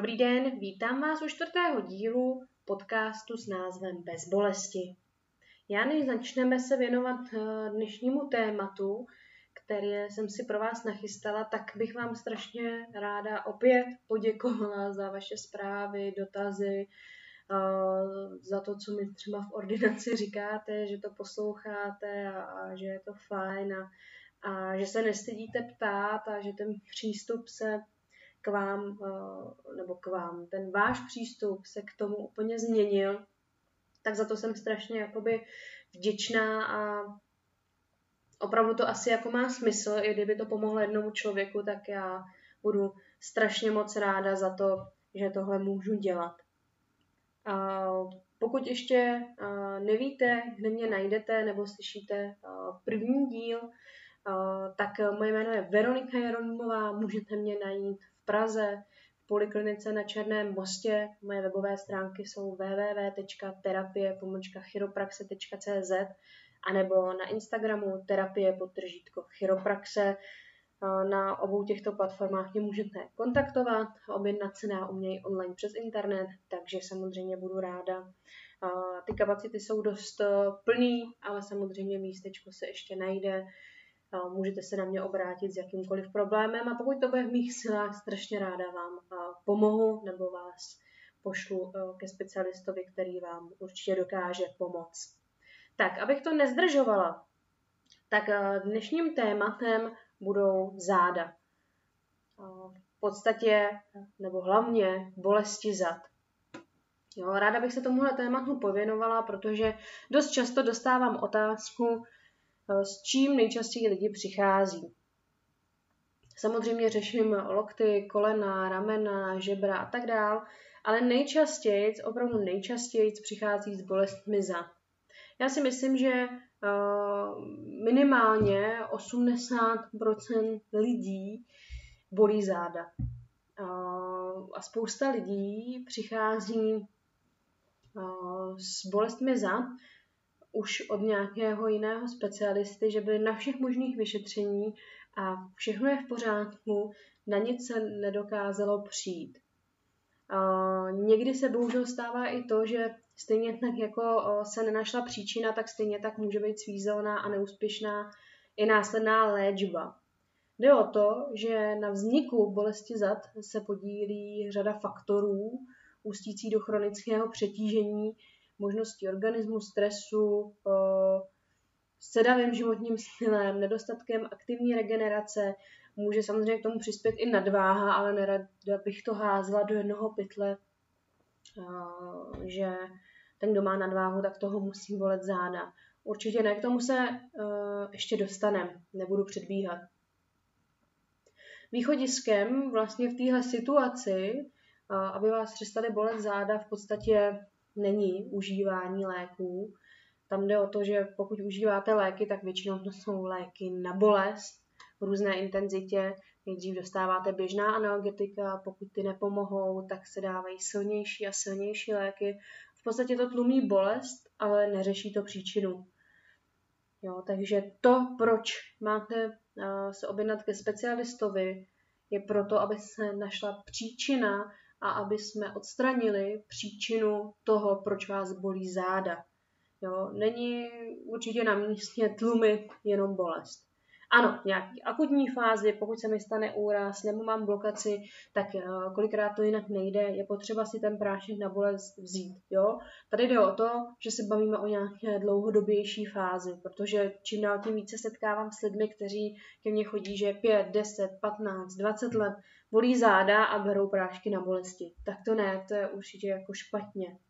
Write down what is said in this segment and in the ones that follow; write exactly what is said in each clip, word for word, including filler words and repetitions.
Dobrý den, vítám vás u čtvrtého dílu podcastu s názvem Bez bolesti. Já než začneme se věnovat dnešnímu tématu, které jsem si pro vás nachystala, tak bych vám strašně ráda opět poděkovala za vaše zprávy, dotazy, za to, co mi třeba v ordinaci říkáte, že to posloucháte a, a že je to fajn a, a že se nestydíte ptát a že ten přístup se k vám, nebo k vám, ten váš přístup se k tomu úplně změnil, tak za to jsem strašně jakoby vděčná a opravdu to asi jako má smysl, i kdyby to pomohlo jednomu člověku, tak já budu strašně moc ráda za to, že tohle můžu dělat. A pokud ještě nevíte, kde mě najdete nebo slyšíte první díl, tak moje jméno je Veronika Jeronýmová, můžete mě najít v Praze, v poliklinice na Černém mostě. Moje webové stránky jsou w w w tečka terapie pomlčka chiropraxe tečka c z anebo na Instagramu terapie podtržítko chiropraxe. Na obou těchto platformách mě můžete kontaktovat, objednat se na u mě online přes internet, takže samozřejmě budu ráda. Ty kapacity jsou dost plný, ale samozřejmě místečko se ještě najde. Můžete se na mě obrátit s jakýmkoliv problémem a pokud to bude v mých silách, strašně ráda vám pomohu nebo vás pošlu ke specialistovi, který vám určitě dokáže pomoct. Tak, abych to nezdržovala, tak dnešním tématem budou záda. V podstatě, nebo hlavně bolesti zad. Jo, ráda bych se tomuhle tématu pověnovala, protože dost často dostávám otázku, s čím nejčastěji lidi přichází. Samozřejmě řeším lokty, kolena, ramena, žebra a tak dál, ale nejčastěji, opravdu nejčastěji přichází s bolestmi zad. Já si myslím, že uh, minimálně osmdesát procent lidí bolí záda. Uh, a spousta lidí přichází uh, s bolestmi zad už od nějakého jiného specialisty, že byli na všech možných vyšetření a všechno je v pořádku, na nic se nedokázalo přijít. Uh, někdy se bohužel stává i to, že stejně tak jako uh, se nenašla příčina, tak stejně tak může být svízelná a neúspěšná i následná léčba. Jde o to, že na vzniku bolesti zad se podílí řada faktorů ústící do chronického přetížení, možností organismu, stresu, sedavým životním stylem, nedostatkem aktivní regenerace. Může samozřejmě k tomu přispět i nadváha, ale nerada bych to házela do jednoho pytle, že ten, kdo má nadváhu, tak toho musí bolet záda. Určitě ne, k tomu se ještě dostaneme, nebudu předbíhat. Východiskem vlastně v téhle situaci, aby vás přestali bolet záda, v podstatě není užívání léků. Tam jde o to, že pokud užíváte léky, tak většinou to jsou léky na bolest v různé intenzitě. Nejdřív dostáváte běžná analgetika, pokud ty nepomohou, tak se dávají silnější a silnější léky. V podstatě to tlumí bolest, ale neřeší to příčinu. Jo, takže to, proč máte uh, se objednat ke specialistovi, je proto, aby se našla příčina a aby jsme odstranili příčinu toho, proč vás bolí záda. Jo, není určitě na místě tlumit jenom bolest. Ano, v nějaký akutní fázi, pokud se mi stane úraz nebo mám blokaci, tak kolikrát to jinak nejde, je potřeba si ten prášek na bolest vzít. Jo? Tady jde o to, že se bavíme o nějaké dlouhodobější fázi, protože čím dál tím více setkávám s lidmi, kteří ke mně chodí, že pět, deset, patnáct, dvacet let bolí záda a berou prášky na bolesti. Tak to ne, to je určitě jako špatně.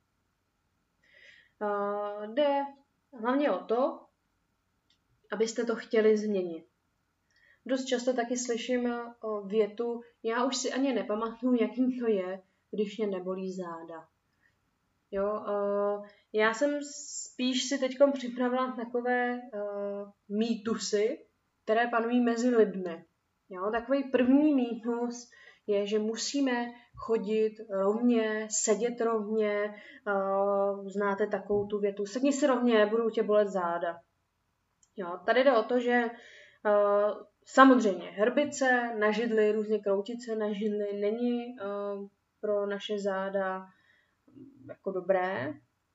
Uh, jde hlavně o to, abyste to chtěli změnit. Dost často taky slyším větu, já už si ani nepamatuju, jakým to je, když mě nebolí záda. Jo, uh, já jsem spíš si teď připravila takové uh, mýtusy, které panují mezi lidmi. Jo, takový první mýtus je, že musíme chodit rovně, sedět rovně, uh, znáte takovou tu větu, sedni si rovně, budou tě bolet záda. Jo, tady jde o to, že uh, samozřejmě herbice na židli, různě kroutice na židli není uh, pro naše záda jako dobré,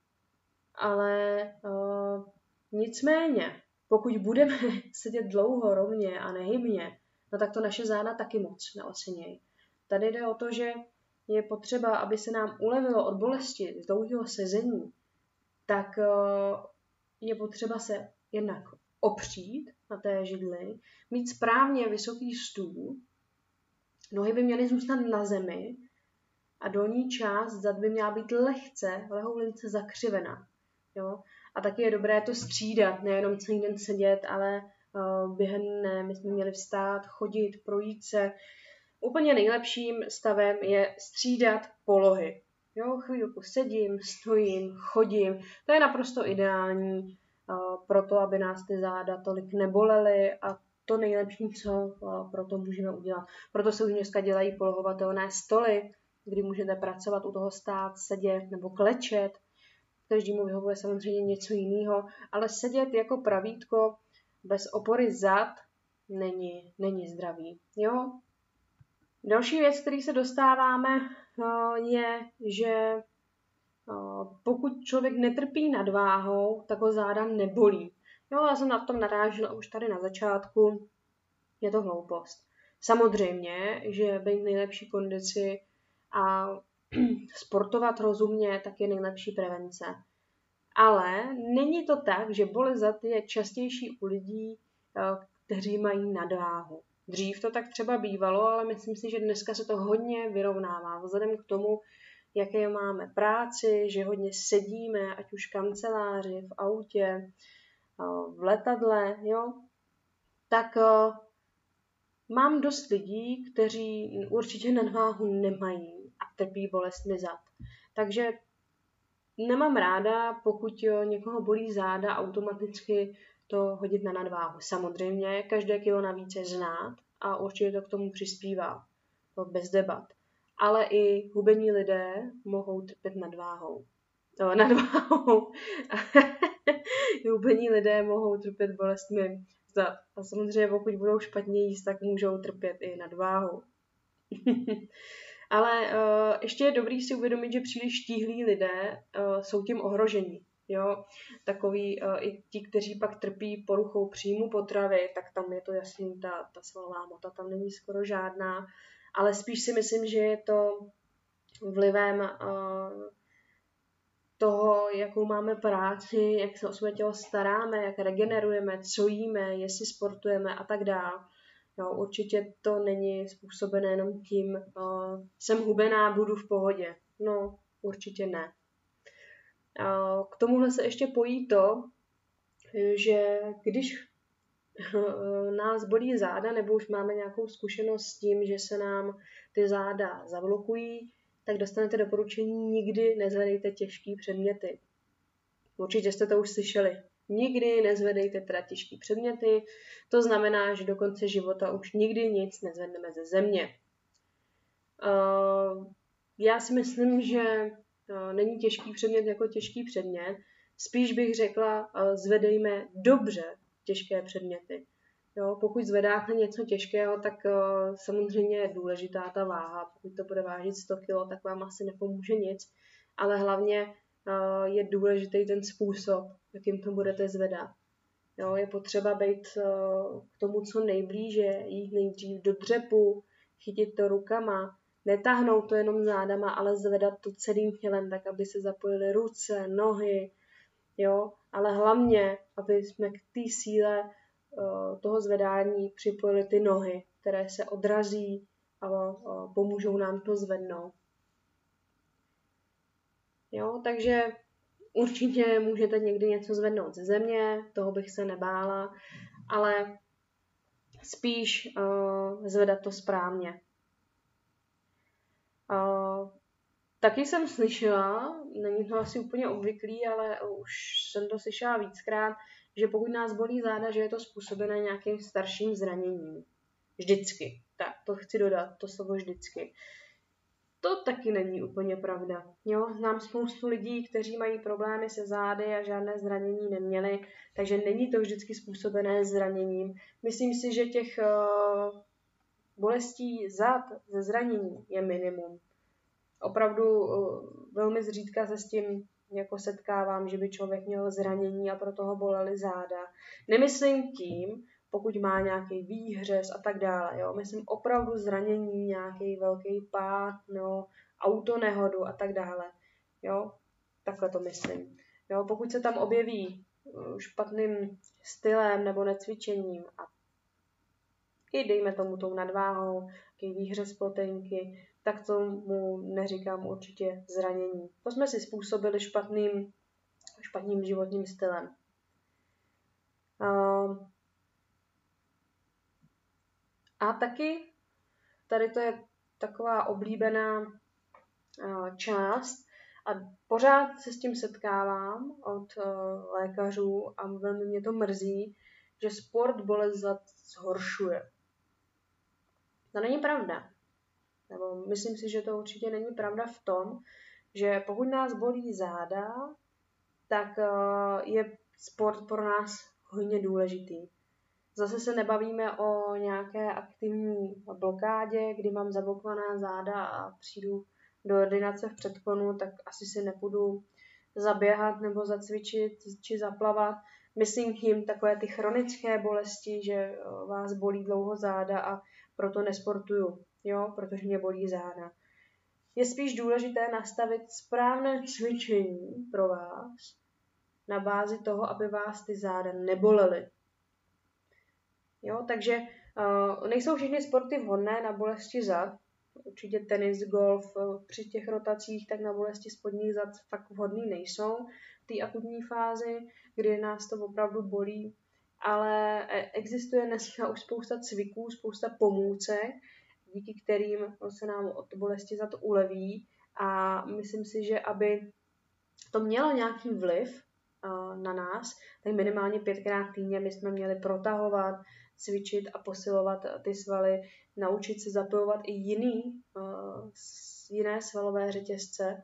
ale uh, nicméně, pokud budeme sedět dlouho rovně a nehybně, no tak to naše záda taky moc neocenějí. Tady jde o to, že je potřeba, aby se nám ulevilo od bolesti z dlouhého sezení, tak uh, je potřeba se jednak opřít na té židli, mít správně vysoký stůl, nohy by měly zůstat na zemi a dolní část zad by měla být lehce, lehoulince zakřivená. Jo? A taky je dobré to střídat, nejenom celý den sedět, ale uh, během dne my jsme měli vstát, chodit, projít se. Úplně nejlepším stavem je střídat polohy. Jo, chvílku sedím, stojím, chodím. To je naprosto ideální uh, pro to, aby nás ty záda tolik nebolely a to nejlepší, co uh, pro to můžeme udělat. Proto se už dneska dělají polohovatelné stoly, kdy můžete pracovat u toho stát, sedět nebo klečet. Každému vyhovuje samozřejmě něco jiného, ale sedět jako pravítko bez opory zad není, není zdravý. Jo? Další věc, který se dostáváme, je, že pokud člověk netrpí nadváhou, tak ho záda nebolí. Jo, já jsem na tom narážela už tady na začátku. Je to hloupost. Samozřejmě, že být v nejlepší kondici a sportovat rozumně, tak je nejlepší prevence. Ale není to tak, že bolest zad je častější u lidí, kteří mají nadváhu. Dřív to tak třeba bývalo, ale myslím si, že dneska se to hodně vyrovnává. Vzhledem k tomu, jaké máme práci, že hodně sedíme, ať už v kanceláři, v autě, v letadle, jo, tak mám dost lidí, kteří určitě nadváhu nemají a trpí bolestmi zad. Takže nemám ráda, pokud někoho bolí záda, automaticky to hodit na nadváhu. Samozřejmě, každé kilo navíc je znát a určitě to k tomu přispívá. To bez debat. Ale i hubení lidé mohou trpět nadváhou. No, nadváhou. Hubení lidé mohou trpět bolestmi zad. A samozřejmě, pokud budou špatně jíst, tak můžou trpět i nadváhou. Ale uh, ještě je dobrý si uvědomit, že příliš štíhlí lidé uh, jsou tím ohroženi. Jo? Takový uh, i ti, kteří pak trpí poruchou příjmu potravy, tak tam je to jasný, ta, ta svalová hmota tam není skoro žádná. Ale spíš si myslím, že je to vlivem uh, toho, jakou máme práci, jak se o své tělo staráme, jak regenerujeme, co jíme, jestli sportujeme a tak dále. Jo, určitě to není způsobené jenom tím, uh, jsem hubená, budu v pohodě. No, určitě ne. Uh, k tomuhle se ještě pojí to, že když uh, nás bolí záda, nebo už máme nějakou zkušenost s tím, že se nám ty záda zavlokují, tak dostanete doporučení, nikdy nezvedejte těžký předměty. Určitě jste to už slyšeli. Nikdy nezvedejte teda těžký předměty, to znamená, že do konce života už nikdy nic nezvedneme ze země. Uh, já si myslím, že uh, není těžký předmět jako těžký předmět, spíš bych řekla, uh, zvedejme dobře těžké předměty. Jo, pokud zvedáte něco těžkého, tak uh, samozřejmě je důležitá ta váha. Pokud to bude vážit sto kilo, tak vám asi nepomůže nic, ale hlavně je důležitý ten způsob, jakým to budete zvedat. Jo, je potřeba být k tomu co nejblíže, jít nejdřív do dřepu, chytit to rukama, netáhnout to jenom zádama, ale zvedat to celým tělem, tak aby se zapojily ruce, nohy, jo, ale hlavně, aby jsme k té síle toho zvedání připojili ty nohy, které se odrazí a pomůžou nám to zvednout. Jo, takže určitě můžete někdy něco zvednout ze země, toho bych se nebála, ale spíš uh, zvedat to správně. Uh, taky jsem slyšela, není to asi úplně obvyklý, ale už jsem to slyšela víckrát, že pokud nás bolí záda, že je to způsobené nějakým starším zraněním. Vždycky. Tak, to chci dodat, to slovo vždycky. To taky není úplně pravda. Jo? Znám spoustu lidí, kteří mají problémy se zády a žádné zranění neměli, takže není to vždycky způsobené zraněním. Myslím si, že těch uh, bolestí zad ze zranění je minimum. opravdu uh, velmi zřídka se s tím jako setkávám, že by člověk měl zranění a proto ho bolely záda. Nemyslím tím, pokud má nějaký výhřez a tak dále. Jo? Myslím opravdu zranění, nějaký velký pád, no, autonehodu a tak dále. Jo? Takhle to myslím. Jo? Pokud se tam objeví špatným stylem nebo necvičením a i dejme tomu tou nadváhou, jaký výhřez plotenky, tak tomu neříkám určitě zranění. To jsme si způsobili špatným, špatným životním stylem. Uh, a taky tady to je taková oblíbená uh, část a pořád se s tím setkávám od uh, lékařů a velmi mě to mrzí, že sport bolest zad zhoršuje. To není pravda. Nebo myslím si, že to určitě není pravda v tom, že pokud nás bolí záda, tak je sport pro nás hodně důležitý. Zase se nebavíme o nějaké aktivní blokádě, kdy mám zablokovaná záda a přijdu do ordinace v předklonu, tak asi si nepůjdu zaběhat nebo zacvičit či zaplavat. Myslím tím takové ty chronické bolesti, že vás bolí dlouho záda a proto nesportuju, jo, protože mě bolí záda. Je spíš důležité nastavit správné cvičení pro vás na bázi toho, aby vás ty záda nebolely. Jo, takže uh, nejsou všechny sporty vhodné na bolesti zad. Určitě tenis, golf, při těch rotacích, tak na bolesti spodních zad fakt vhodný nejsou v té akutní fázi, kdy nás to opravdu bolí. Ale existuje dneska už spousta cviků, spousta pomůcek, díky kterým se nám od bolesti zad uleví. A myslím si, že aby to mělo nějaký vliv uh, na nás, tak minimálně pětkrát týdně my jsme měli protahovat, cvičit a posilovat ty svaly, naučit se zapojovat i jiný, uh, jiné svalové řetězce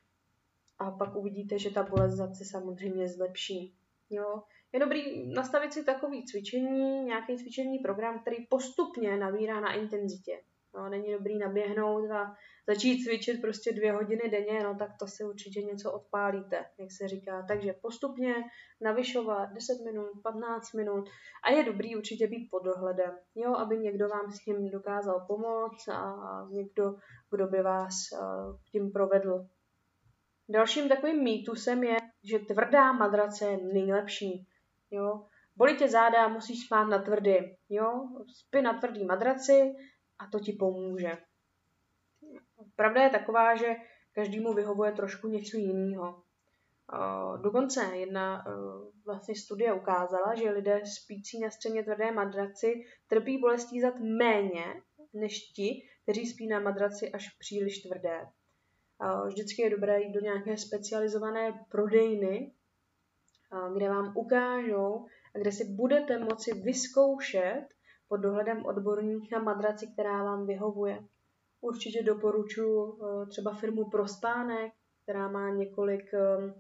a pak uvidíte, že ta bolest zad se samozřejmě zlepší. Jo? Je dobrý nastavit si takový cvičení, nějaký cvičení program, který postupně nabírá na intenzitě. No, není dobrý naběhnout a začít cvičit prostě dvě hodiny denně, no tak to si určitě něco odpálíte, jak se říká. Takže postupně navyšovat deset minut, patnáct minut a je dobrý určitě být pod dohledem, jo, aby někdo vám s tím dokázal pomoct a někdo, kdo by vás tím provedl. Dalším takovým mýtusem je, že tvrdá madrace je nejlepší. Jo. Bolí tě záda, musíš spát na tvrdý. Jo. Spí na tvrdý madraci a to ti pomůže. Pravda je taková, že každému vyhovuje trošku něco jiného. Dokonce jedna vlastně studie ukázala, že lidé spící na středně tvrdé madraci trpí bolestí zad méně než ti, kteří spí na madraci až příliš tvrdé. Vždycky je dobré jít do nějaké specializované prodejny, kde vám ukážou a kde si budete moci vyzkoušet pod dohledem odborníka madraci, která vám vyhovuje. Určitě doporučuji třeba firmu Prospánek, která má několik,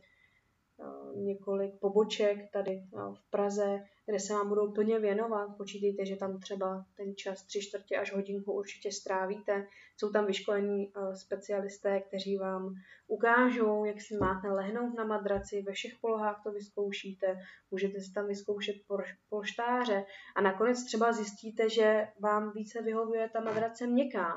několik poboček tady v Praze, kde se vám budou plně věnovat. Počítejte, že tam třeba ten čas tři čtvrtě až hodinku určitě strávíte. Jsou tam vyškolení specialisté, kteří vám ukážou, jak si máte lehnout na madraci, ve všech polohách to vyzkoušíte, můžete si tam vyzkoušet polštáře a nakonec třeba zjistíte, že vám více vyhovuje ta madrace měkká.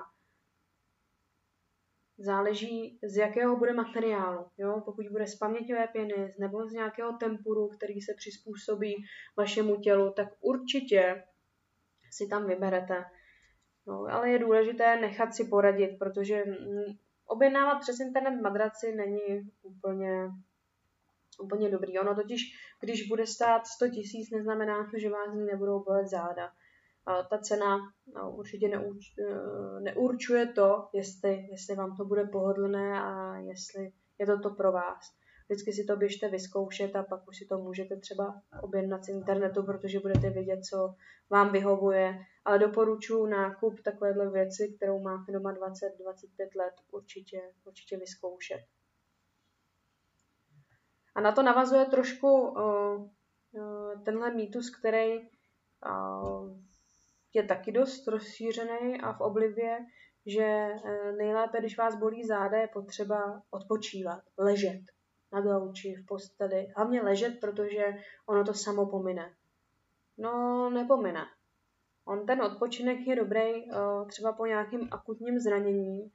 Záleží, z jakého bude materiálu. Jo? Pokud bude z paměťové pěny nebo z nějakého tempuru, který se přizpůsobí vašemu tělu, tak určitě si tam vyberete. No, ale je důležité nechat si poradit, protože objednávat přes internet madraci není úplně, úplně dobrý. Ono totiž, když bude stát sto tisíc, neznamená to, že vás z ní nebudou bolet záda. Ta cena no, určitě neurč, neurčuje to, jestli, jestli vám to bude pohodlné a jestli je to to pro vás. Vždycky si to běžte vyzkoušet a pak už si to můžete třeba objednat z internetu, protože budete vědět, co vám vyhovuje. Ale doporučuji nákup takovéhle věci, kterou máte doma dvacet až dvacet pět let, určitě, určitě vyzkoušet. A na to navazuje trošku uh, uh, tenhle mýtus, který uh, je taky dost rozšířený a v oblibě, že nejlépe, když vás bolí záda, je potřeba odpočívat, ležet na gauči, v posteli. Hlavně ležet, protože ono to samo pomine. No, nepomine. On ten odpočinek je dobrý třeba po nějakém akutním zranění,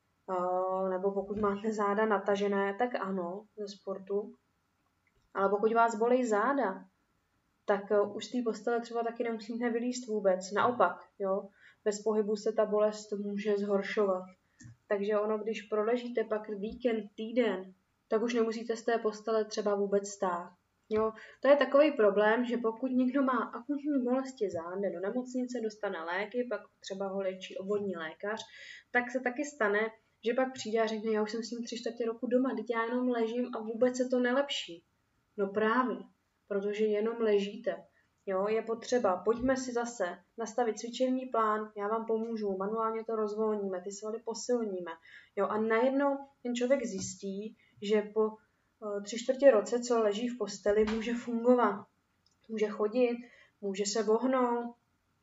nebo pokud máte záda natažené, tak ano, ze sportu. Ale pokud vás bolí záda, tak už z té postele třeba taky nemusíte vylízt vůbec. Naopak, jo, bez pohybu se ta bolest může zhoršovat. Takže ono, když proležíte pak víkend, týden, tak už nemusíte z té postele třeba vůbec stát. Jo, to je takový problém, že pokud někdo má akutní bolesti zád, jde do nemocnice, dostane léky, pak třeba ho léčí obvodní lékař, tak se taky stane, že pak přijde a řekne, já už jsem s ním tři čtvrtě roku doma, teď já jenom ležím a vůbec se to nelepší. No právě, protože jenom ležíte. Jo, je potřeba, pojďme si zase nastavit cvičební plán, já vám pomůžu, manuálně to rozvolníme, ty svaly posilníme. Jo, a najednou ten člověk zjistí, že po uh, tři čtvrtě roce, co leží v posteli, může fungovat. Může chodit, může se vohnout.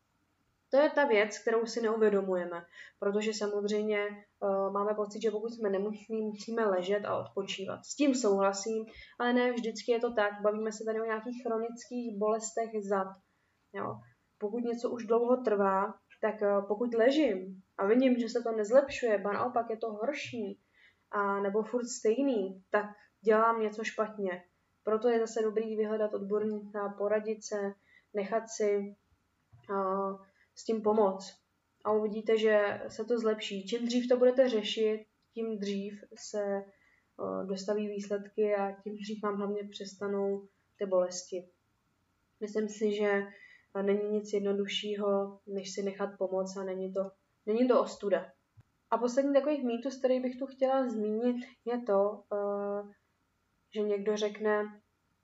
To je ta věc, kterou si neuvědomujeme, protože samozřejmě uh, máme pocit, že pokud jsme nemocní, musíme ležet a odpočívat. S tím souhlasím, ale ne vždycky je to tak. Bavíme se tady o nějakých chronických bolestech zad. Jo. Pokud něco už dlouho trvá, tak uh, pokud ležím a vidím, že se to nezlepšuje, ba naopak je to horší, a nebo furt stejný, tak dělám něco špatně. Proto je zase dobrý vyhledat odborníka, poradit se, nechat si uh, s tím pomoct. A uvidíte, že se to zlepší. Čím dřív to budete řešit, tím dřív se uh, dostaví výsledky a tím dřív vám hlavně přestanou ty bolesti. Myslím si, že není nic jednoduššího, než si nechat pomoct a není to, není to ostuda. A poslední takových mýtus, který bych tu chtěla zmínit, je to, uh, že někdo řekne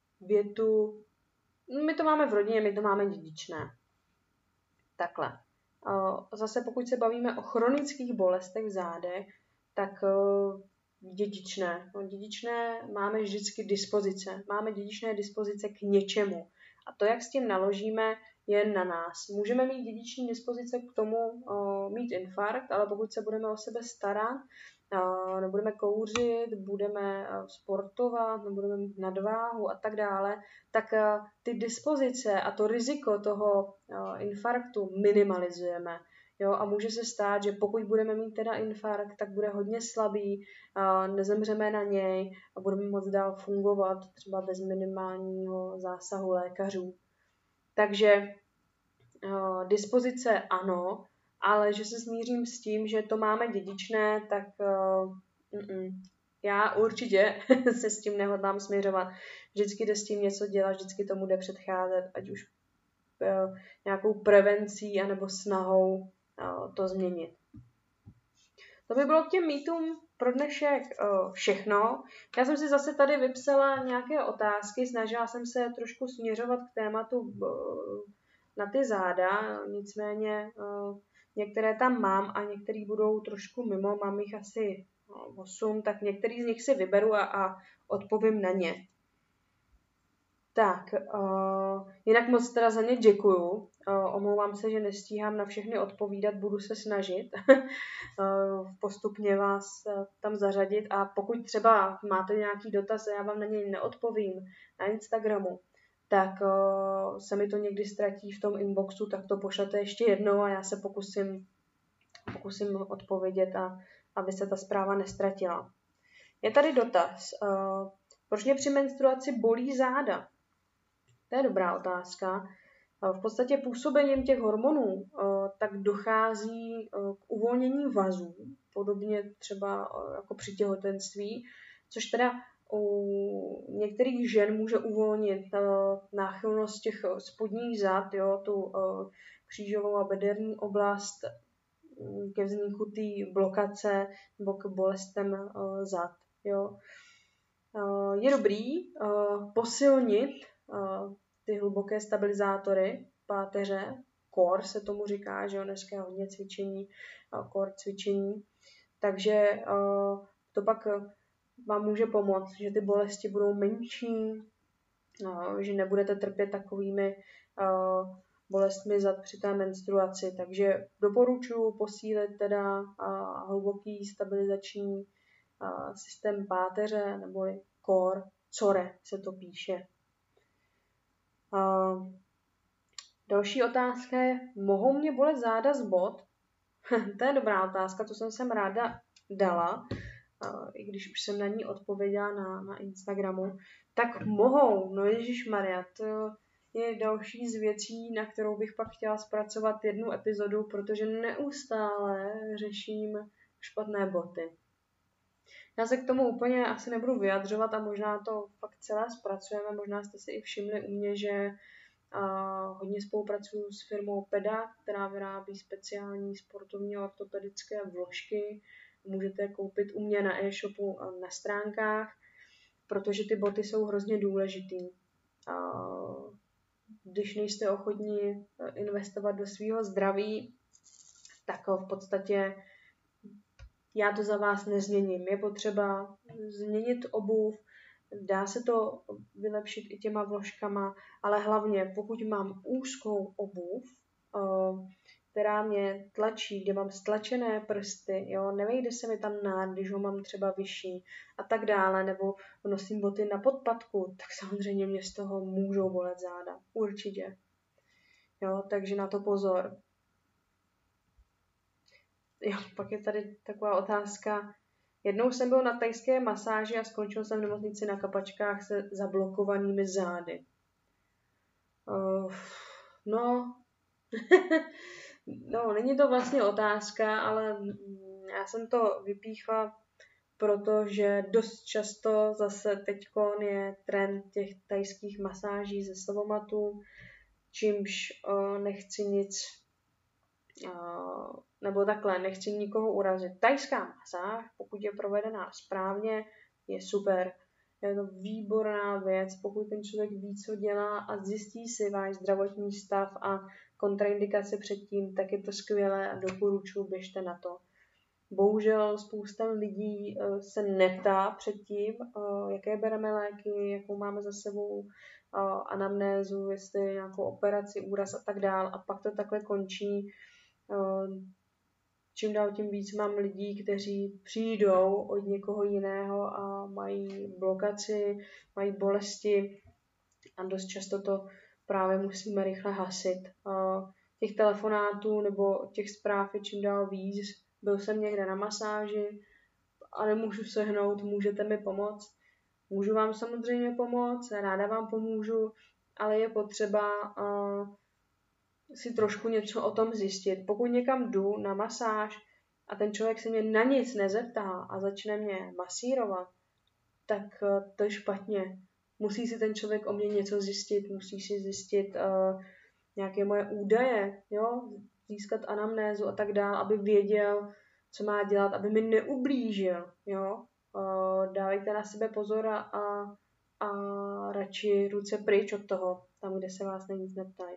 větu, my to máme v rodině, my to máme dědičné. Takhle. Zase pokud se bavíme o chronických bolestech v zádech, tak dědičné. No, dědičné máme vždycky dispozice. Máme dědičné dispozice k něčemu. A to, jak s tím naložíme, je na nás. Můžeme mít dědiční dispozice k tomu o, mít infarkt, ale pokud se budeme o sebe starat, o, nebudeme kouřit, budeme o, sportovat, nebudeme mít nadváhu a tak dále, tak o, ty dispozice a to riziko toho o, infarktu minimalizujeme. Jo, a může se stát, že pokud budeme mít teda infarkt, tak bude hodně slabý, a nezemřeme na něj a budeme moct dál fungovat třeba bez minimálního zásahu lékařů. Takže uh, dispozice ano, ale že se smířím s tím, že to máme dědičné, tak uh, já určitě se s tím nehodlám směřovat. Vždycky jde s tím něco dělat, vždycky tomu jde předcházet, ať už uh, nějakou prevencí anebo snahou uh, to změnit. To by bylo k těm mýtům pro dnešek uh, všechno. Já jsem si zase tady vypsala nějaké otázky, snažila jsem se trošku směřovat k tématu uh, na ty záda, nicméně uh, některé tam mám a některé budou trošku mimo, mám jich asi uh, osm, tak některý z nich si vyberu a, a odpovím na ně. Tak, uh, jinak moc teda za ně děkuju. Uh, omlouvám se, že nestíhám na všechny odpovídat, budu se snažit uh, postupně vás uh, tam zařadit a pokud třeba máte nějaký dotaz a já vám na něj neodpovím na Instagramu, tak uh, se mi to někdy ztratí v tom inboxu, tak to pošlete ještě jednou a já se pokusím, pokusím odpovědět, a aby se ta zpráva nestratila. Je tady dotaz. Uh, proč mě při menstruaci bolí záda? To je dobrá otázka. V podstatě působením těch hormonů tak dochází k uvolnění vazů, podobně třeba jako při těhotenství, což teda u některých žen může uvolnit náchylnost těch spodních zad, jo, tu křížovou a bederní oblast ke vzniku té blokace nebo k bolestem zad. Jo. Je dobrý posilnit ty hluboké stabilizátory páteře, core se tomu říká, že jo, dneska je hodně cvičení, core cvičení, takže to pak vám může pomoct, že ty bolesti budou menší, že nebudete trpět takovými bolestmi zad při té menstruaci. Takže doporučuji posílit teda a, hluboký stabilizační a, systém páteře, neboli core, core se to píše. A, další otázka je, mohou mě bolet záda z bot? To je dobrá otázka, to jsem sem ráda dala, i když už jsem na ní odpověděla na, na Instagramu. Tak mohou, no ježišmarja, to je další z věcí, na kterou bych pak chtěla zpracovat jednu epizodu, protože neustále řeším špatné boty. Já se k tomu úplně asi nebudu vyjadřovat a možná to fakt celé zpracujeme, možná jste si i všimli u mě, že a hodně spolupracuju s firmou Peda, která vyrábí speciální sportovní a ortopedické vložky. Můžete je koupit u mě na e-shopu a na stránkách, protože ty boty jsou hrozně důležitý. A když nejste ochotní investovat do svého zdraví, tak v podstatě já to za vás nezměním. Je potřeba změnit obuv, dá se to vylepšit i těma vložkama, ale hlavně pokud mám úzkou obuv, která mě tlačí, kde mám stlačené prsty, jo, nevejde se mi tam nád, když ho mám třeba vyšší a tak dále, nebo nosím boty na podpatku, tak samozřejmě mě z toho můžou bolet záda. Určitě. Jo, takže na to pozor. Jo, pak je tady taková otázka. Jednou jsem byl na thajské masáži a skončil jsem v nemocnici na kapačkách se zablokovanými zády. Uh, no, no, není to vlastně otázka, ale já jsem to vypíchla, protože dost často zase teďkon je trend těch thajských masáží ze Slovomatu, čímž uh, nechci nic, uh, nebo takhle, nechci nikoho urazit. Thajská masáž, pokud je provedená správně, je super. Je to výborná věc, pokud ten člověk ví, co dělá a zjistí si váš zdravotní stav a kontraindikace předtím, tak je to skvělé a doporučuji, běžte na to. Bohužel spousta lidí se neptá předtím, jaké bereme léky, jakou máme za sebou anamnézu, jestli nějakou operaci, úraz a tak dál a pak to takhle končí. Čím dál tím víc mám lidí, kteří přijdou od někoho jiného a mají blokaci, mají bolesti a dost často to právě musíme rychle hasit. Těch telefonátů nebo těch zpráv je čím dál víc. Byl jsem někde na masáži a nemůžu sehnout, můžete mi pomoct. Můžu vám samozřejmě pomoct, ráda vám pomůžu, ale je potřeba si trošku něco o tom zjistit. Pokud někam jdu na masáž a ten člověk se mě na nic nezeptá a začne mě masírovat, tak to je špatně. Musí si ten člověk o mě něco zjistit, musí si zjistit uh, nějaké moje údaje, jo? Získat anamnézu a tak dále, aby věděl, co má dělat, aby mi neublížil. Jo? Uh, dávejte na sebe pozor a, a radši ruce pryč od toho, tam, kde se vás na nic neptají.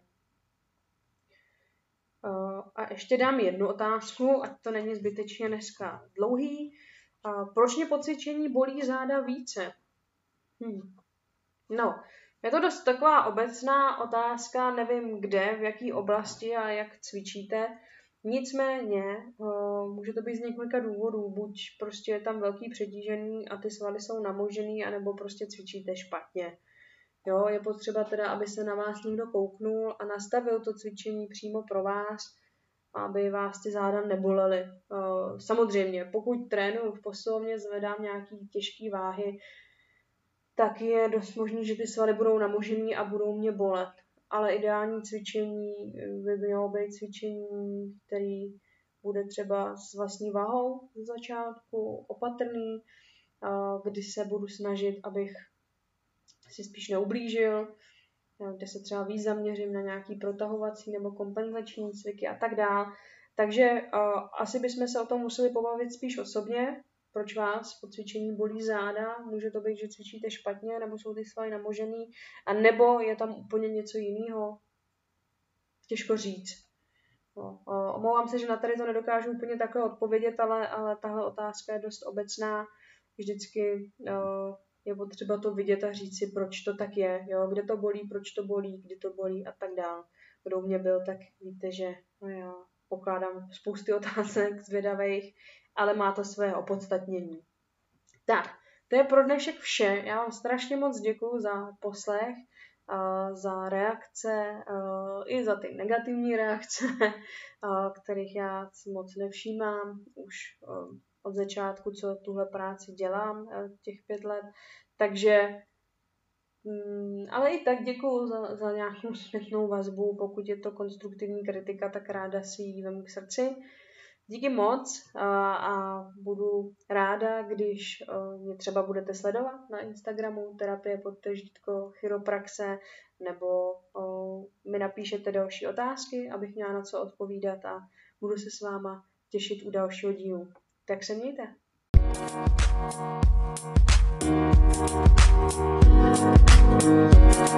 Uh, a ještě dám jednu otázku, ať to není zbytečně dneska dlouhý. Uh, proč mě po cvičení bolí záda více? Hmm. No, je to dost taková obecná otázka, nevím kde, v jaký oblasti a jak cvičíte. Nicméně uh, může to být z několika důvodů. Buď prostě je tam velký přetížení a ty svaly jsou namožený, anebo prostě cvičíte špatně. Jo, je potřeba teda, aby se na vás někdo kouknul a nastavil to cvičení přímo pro vás, aby vás ty záda nebolely. Uh, samozřejmě, pokud trénuju v posilovně, zvedám nějaký těžké váhy, tak je dost možné, že ty svaly budou namožený a budou mě bolet. Ale ideální cvičení by mělo být cvičení, který bude třeba s vlastní váhou z začátku, opatrný, kdy se budu snažit, abych si spíš neublížil, kde se třeba víc zaměřím na nějaký protahovací nebo kompenzační cviky a tak dále. Takže uh, asi bychom se o tom museli pobavit spíš osobně, proč vás po cvičení bolí záda, může to být, že cvičíte špatně, nebo jsou ty svaly namožený, a nebo je tam úplně něco jiného. Těžko říct. No, uh, omlouvám se, že na tady to nedokážu úplně takhle odpovědět, ale, ale tahle otázka je dost obecná. Vždycky uh, je potřeba to vidět a říct si, proč to tak je, jo? Kde to bolí, proč to bolí, kdy to bolí a tak dále. kdo u mě byl, tak víte, že no já pokládám spousty otázek zvědavých, ale má to své opodstatnění. Tak, to je pro dnešek vše. Já vám strašně moc děkuju za poslech, za reakce, i za ty negativní reakce, kterých já si moc nevšímám už od začátku, co tuhle práci dělám, těch pět let. Takže, ale i tak děkuju za, za nějakou zpětnou vazbu. Pokud je to konstruktivní kritika, tak ráda si ji vemu k srdci. Díky moc a, a budu ráda, když uh, mě třeba budete sledovat na Instagramu terapie podtržítko chiropraxe, nebo uh, mi napíšete další otázky, abych měla na co odpovídat a budu se s váma těšit u dalšího dílu. Tak se mějte. Thank you.